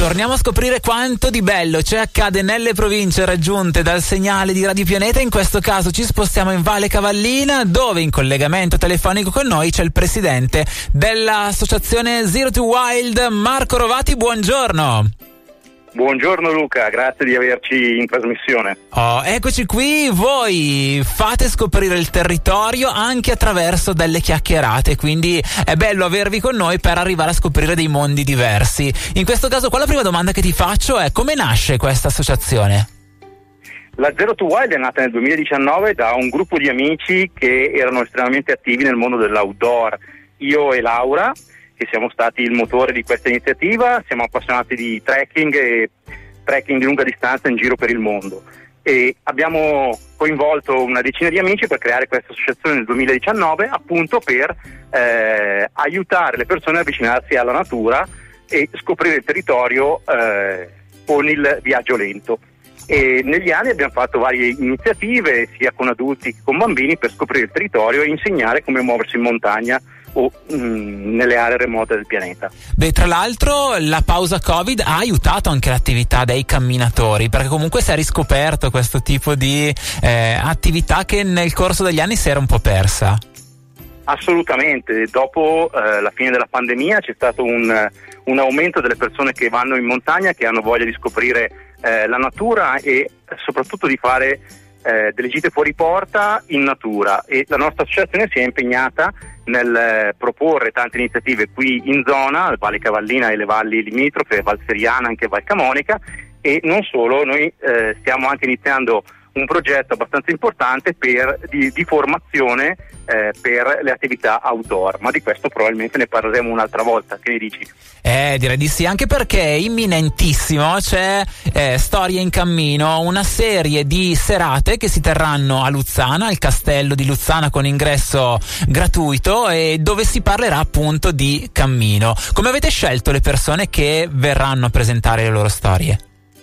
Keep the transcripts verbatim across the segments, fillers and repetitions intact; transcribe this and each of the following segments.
Torniamo a scoprire quanto di bello ci accade nelle province raggiunte dal segnale di Radio Pianeta. In questo caso ci spostiamo in Valle Cavallina, dove in collegamento telefonico con noi c'è il presidente dell'associazione Zero to Wild, Marco Rovati. Buongiorno. Buongiorno Luca, grazie di averci in trasmissione. Oh, eccoci qui, voi fate scoprire il territorio anche attraverso delle chiacchierate, quindi è bello avervi con noi per arrivare a scoprire dei mondi diversi. In questo caso qua la prima domanda che ti faccio è: come nasce questa associazione? La Zero to Wild è nata nel duemiladiciannove da un gruppo di amici che erano estremamente attivi nel mondo dell'outdoor. Io e Laura, che siamo stati il motore di questa iniziativa, siamo appassionati di trekking e trekking di lunga distanza in giro per il mondo e abbiamo coinvolto una decina di amici per creare questa associazione nel duemiladiciannove, appunto per eh, aiutare le persone ad avvicinarsi alla natura e scoprire il territorio eh, con il viaggio lento. E negli anni abbiamo fatto varie iniziative sia con adulti che con bambini per scoprire il territorio e insegnare come muoversi in montagna o mh, nelle aree remote del pianeta. Beh, tra l'altro la pausa Covid ha aiutato anche l'attività dei camminatori, perché comunque si è riscoperto questo tipo di eh, attività che nel corso degli anni si era un po' persa. Assolutamente, dopo eh, la fine della pandemia c'è stato un, un aumento delle persone che vanno in montagna, che hanno voglia di scoprire eh, la natura e soprattutto di fare eh, delle gite fuori porta in natura, e la nostra associazione si è impegnata nel eh, proporre tante iniziative qui in zona, Valle Cavallina e le valli limitrofe, Val Seriana, anche Val Camonica, e non solo, noi eh, stiamo anche iniziando un progetto abbastanza importante per, di, di formazione eh, per le attività outdoor, ma di questo probabilmente ne parleremo un'altra volta. Che ne dici? Eh, direi di sì, anche perché è imminentissimo, c'è eh, Storia in Cammino, una serie di serate che si terranno a Luzzana, al castello di Luzzana, con ingresso gratuito, e dove si parlerà appunto di cammino. Come avete scelto le persone che verranno a presentare le loro storie?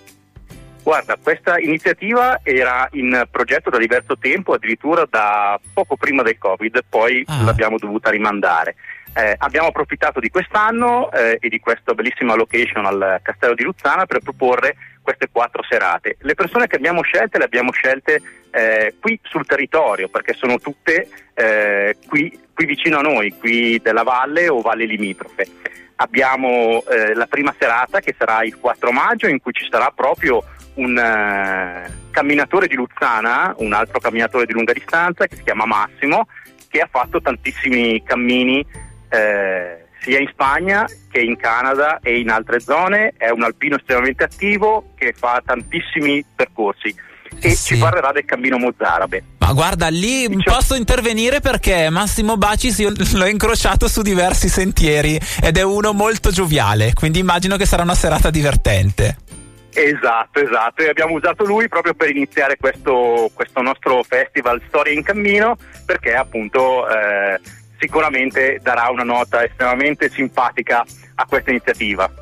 Guarda, questa iniziativa era in progetto da diverso tempo, addirittura da poco prima del Covid, poi ah. l'abbiamo dovuta rimandare. Eh, abbiamo approfittato di quest'anno eh, e di questa bellissima location al Castello di Luzzana per proporre queste quattro serate. Le persone che abbiamo scelte le abbiamo scelte eh, qui sul territorio, perché sono tutte eh, qui, qui vicino a noi, qui della valle o valle limitrofe. Abbiamo eh, la prima serata, che sarà il quattro maggio, in cui ci sarà proprio un uh, camminatore di Luzzana, un altro camminatore di lunga distanza che si chiama Massimo, che ha fatto tantissimi cammini eh, sia in Spagna che in Canada e in altre zone. È un alpino estremamente attivo che fa tantissimi percorsi e eh sì. ci parlerà del cammino Mozarabe. Ma guarda, lì Dicio... posso intervenire perché Massimo Bacis io l'ho incrociato su diversi sentieri ed è uno molto gioviale, quindi immagino che sarà una serata divertente. Esatto, esatto, e abbiamo usato lui proprio per iniziare questo, questo nostro festival Storia in Cammino, perché appunto eh, sicuramente darà una nota estremamente simpatica a questa iniziativa.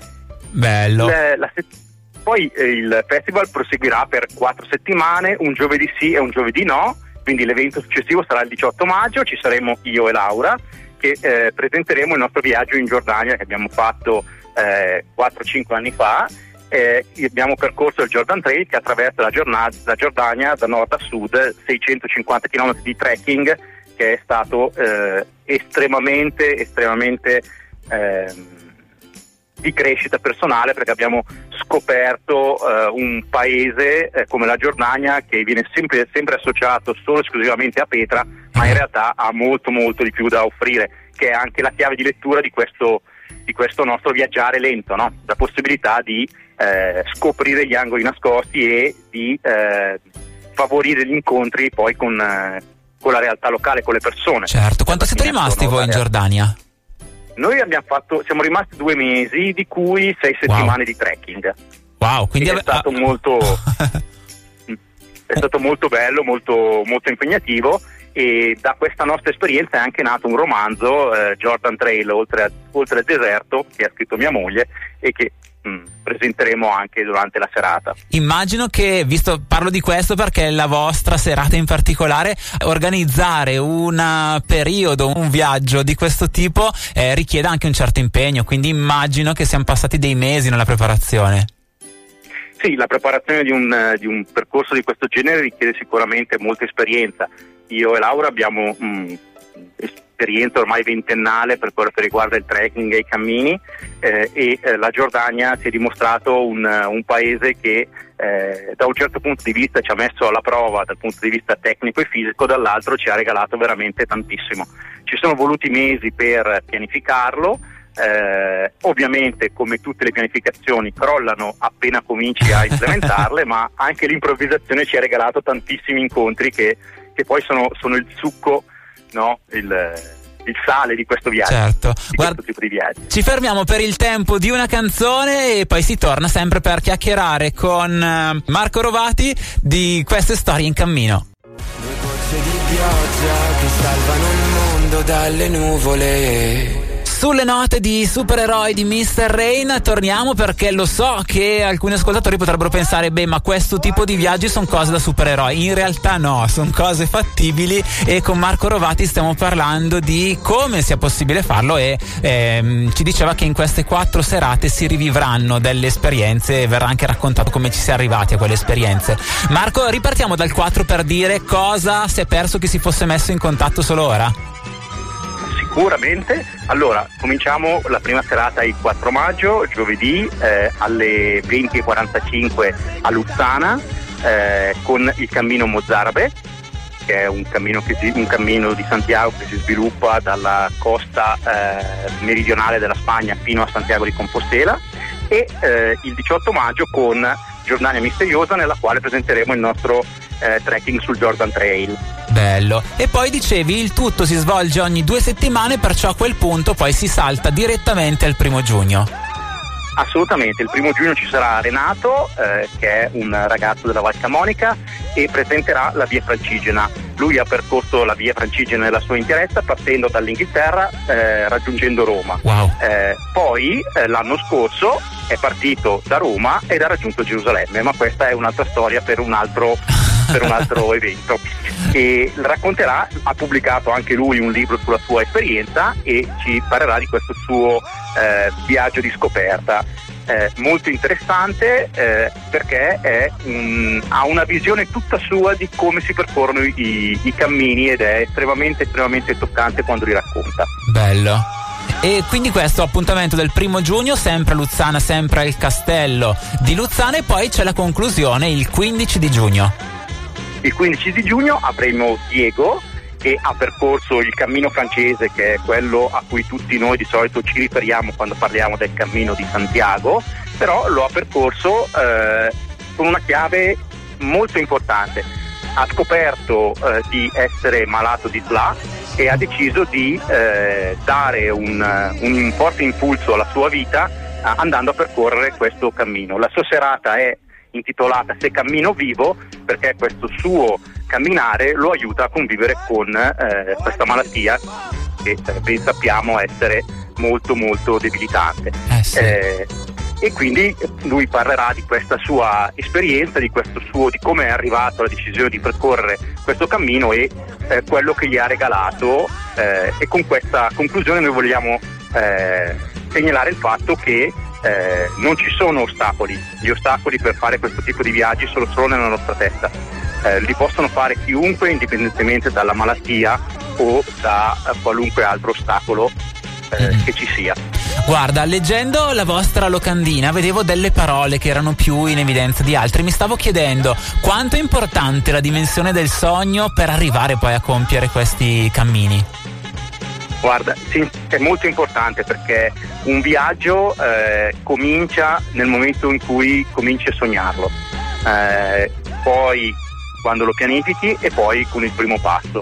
Bello. Le, la se- poi eh, il festival proseguirà per quattro settimane, un giovedì sì e un giovedì no, quindi l'evento successivo sarà il diciotto maggio, ci saremo io e Laura che eh, presenteremo il nostro viaggio in Giordania che abbiamo fatto eh, quattro cinque anni fa. Eh, abbiamo percorso il Jordan Trail, che attraversa la, giornata, la Giordania da nord a sud, seicentocinquanta chilometri di trekking, che è stato eh, estremamente estremamente eh, di crescita personale, perché abbiamo scoperto eh, un paese eh, come la Giordania, che viene sempre, sempre associato solo e esclusivamente a Petra, ma in realtà ha molto molto di più da offrire, che è anche la chiave di lettura di questo di questo nostro viaggiare lento, no? La possibilità di eh, scoprire gli angoli nascosti e di eh, favorire gli incontri poi con, eh, con la realtà locale, con le persone. Certo, quanto siete rimasti voi in Giordania? Noi abbiamo fatto, siamo rimasti due mesi, di cui sei settimane wow. di trekking. Wow, quindi è stato ah. molto è stato molto bello, molto, molto impegnativo, e da questa nostra esperienza è anche nato un romanzo, eh, Jordan Trail oltre, a, oltre al deserto, che ha scritto mia moglie e che mh, presenteremo anche durante la serata. Immagino che, visto, parlo di questo perché la vostra serata in particolare, organizzare un periodo, un viaggio di questo tipo eh, richiede anche un certo impegno, quindi immagino che siano passati dei mesi nella preparazione. Sì, la preparazione di un, di un percorso di questo genere richiede sicuramente molta esperienza. Io e Laura abbiamo mh, esperienza ormai ventennale per quello che riguarda il trekking e i cammini eh, e eh, la Giordania si è dimostrato un, un paese che eh, da un certo punto di vista ci ha messo alla prova dal punto di vista tecnico e fisico, dall'altro ci ha regalato veramente tantissimo. Ci sono voluti mesi per pianificarlo. Eh, ovviamente, come tutte le pianificazioni, crollano appena cominci a implementarle, ma anche l'improvvisazione ci ha regalato tantissimi incontri che, che poi sono, sono il succo, no? il, il sale di questo viaggio. Certo. Di Guarda, questo tipo di viaggio. Ci fermiamo per il tempo di una canzone e poi si torna sempre per chiacchierare con Marco Rovati di queste storie in cammino. Due gocce di pioggia che salvano il mondo dalle nuvole. Sulle note di Supereroi di mister Rain torniamo, perché lo so che alcuni ascoltatori potrebbero pensare: beh, ma questo tipo di viaggi sono cose da supereroi. In realtà no, sono cose fattibili, e con Marco Rovati stiamo parlando di come sia possibile farlo, e ehm, ci diceva che in queste quattro serate si rivivranno delle esperienze e verrà anche raccontato come ci si è arrivati a quelle esperienze. Marco, ripartiamo dal quattro per dire cosa si è perso chi si fosse messo in contatto solo ora. Sicuramente. Allora, cominciamo la prima serata il quattro maggio, giovedì eh, alle venti e quarantacinque a Luzzana eh, con il cammino Mozarabe, che è un cammino, che si, un cammino di Santiago che si sviluppa dalla costa eh, meridionale della Spagna fino a Santiago di Compostela, e eh, il diciotto maggio con Giordania Misteriosa, nella quale presenteremo il nostro eh, trekking sul Jordan Trail. Bello. E poi dicevi il tutto si svolge ogni due settimane, perciò a quel punto poi si salta direttamente al primo giugno. Assolutamente, il primo giugno ci sarà Renato eh, che è un ragazzo della Val Camonica e presenterà la Via Francigena. Lui ha percorso la Via Francigena nella sua interezza partendo dall'Inghilterra eh, raggiungendo Roma. Wow. Eh, poi eh, l'anno scorso è partito da Roma ed ha raggiunto Gerusalemme, ma questa è un'altra storia per un altro per un altro evento. E racconterà, ha pubblicato anche lui un libro sulla sua esperienza e ci parlerà di questo suo eh, viaggio di scoperta. Eh, molto interessante eh, perché è un, ha una visione tutta sua di come si percorrono i, i cammini, ed è estremamente estremamente toccante quando li racconta. Bello. E quindi questo appuntamento del primo giugno, sempre a Luzzana, sempre al castello di Luzzana, e poi c'è la conclusione il quindici di giugno. Il quindici di giugno avremo Diego, che ha percorso il cammino francese, che è quello a cui tutti noi di solito ci riferiamo quando parliamo del cammino di Santiago, però lo ha percorso eh, con una chiave molto importante. Ha scoperto eh, di essere malato di S L A e ha deciso di eh, dare un, un forte impulso alla sua vita eh, andando a percorrere questo cammino. La sua serata è intitolata Se cammino vivo, perché questo suo camminare lo aiuta a convivere con eh, questa malattia che eh, ben sappiamo essere molto molto debilitante. Eh sì. eh, e quindi lui parlerà di questa sua esperienza, di questo suo, di come è arrivato alla decisione di percorrere questo cammino e eh, quello che gli ha regalato, eh, e con questa conclusione noi vogliamo eh, segnalare il fatto che Eh, non ci sono ostacoli. Gli ostacoli per fare questo tipo di viaggi sono solo nella nostra testa. Eh, li possono fare chiunque, indipendentemente dalla malattia o da eh, qualunque altro ostacolo eh, mm. che ci sia. Guarda, leggendo la vostra locandina vedevo delle parole che erano più in evidenza di altre. Mi stavo chiedendo quanto è importante la dimensione del sogno per arrivare poi a compiere questi cammini. Guarda, sì, è molto importante, perché un viaggio eh, comincia nel momento in cui cominci a sognarlo, eh, poi quando lo pianifichi e poi con il primo passo.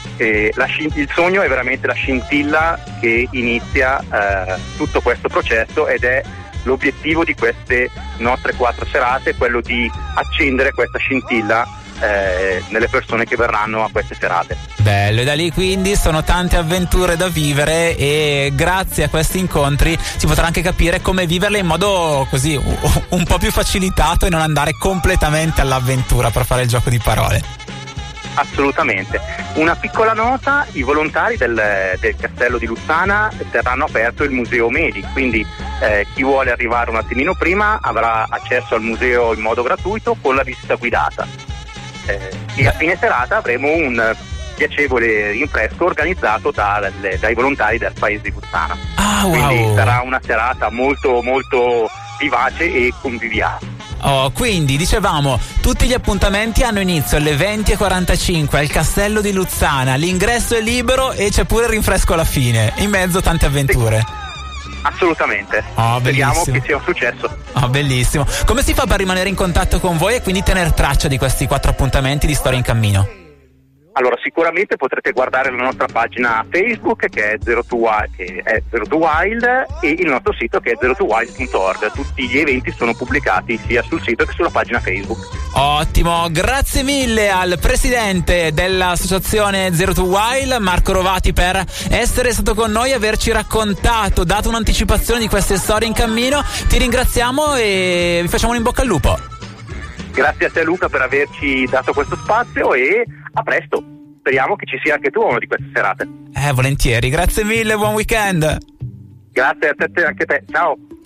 E la, il sogno è veramente la scintilla che inizia eh, tutto questo processo, ed è l'obiettivo di queste nostre quattro serate, quello di accendere questa scintilla eh, nelle persone che verranno a queste serate. Bello, e da lì quindi sono tante avventure da vivere, e grazie a questi incontri si potrà anche capire come viverle in modo così un po' più facilitato e non andare completamente all'avventura, per fare il gioco di parole. Assolutamente. Una piccola nota: i volontari del, del Castello di Luzzana terranno aperto il Museo Medi, quindi eh, chi vuole arrivare un attimino prima avrà accesso al museo in modo gratuito con la visita guidata. Eh, e a fine serata avremo un piacevole rinfresco organizzato da, dai volontari del paese di Luzzana. Ah, wow. Quindi sarà una serata molto molto vivace e conviviale. Oh, quindi dicevamo, tutti gli appuntamenti hanno inizio alle venti e quarantacinque al Castello di Luzzana, l'ingresso è libero e c'è pure il rinfresco alla fine, in mezzo tante avventure. Sì, assolutamente. Oh, speriamo che sia un successo. Oh, bellissimo. Come si fa per rimanere in contatto con voi e quindi tener traccia di questi quattro appuntamenti di Storia in Cammino? Allora, sicuramente potrete guardare la nostra pagina Facebook, che è zero due Wild, e il nostro sito, che è zero due wild punto org. Tutti gli eventi sono pubblicati sia sul sito che sulla pagina Facebook. Ottimo, grazie mille al presidente dell'associazione zero due Wild, Marco Rovati, per essere stato con noi e averci raccontato, dato un'anticipazione di queste storie in cammino. Ti ringraziamo e vi facciamo un in bocca al lupo. Grazie a te, Luca, per averci dato questo spazio, e a presto. Speriamo che ci sia anche tu a una di queste serate. Eh, volentieri, grazie mille, buon weekend. Grazie a te, anche te, ciao.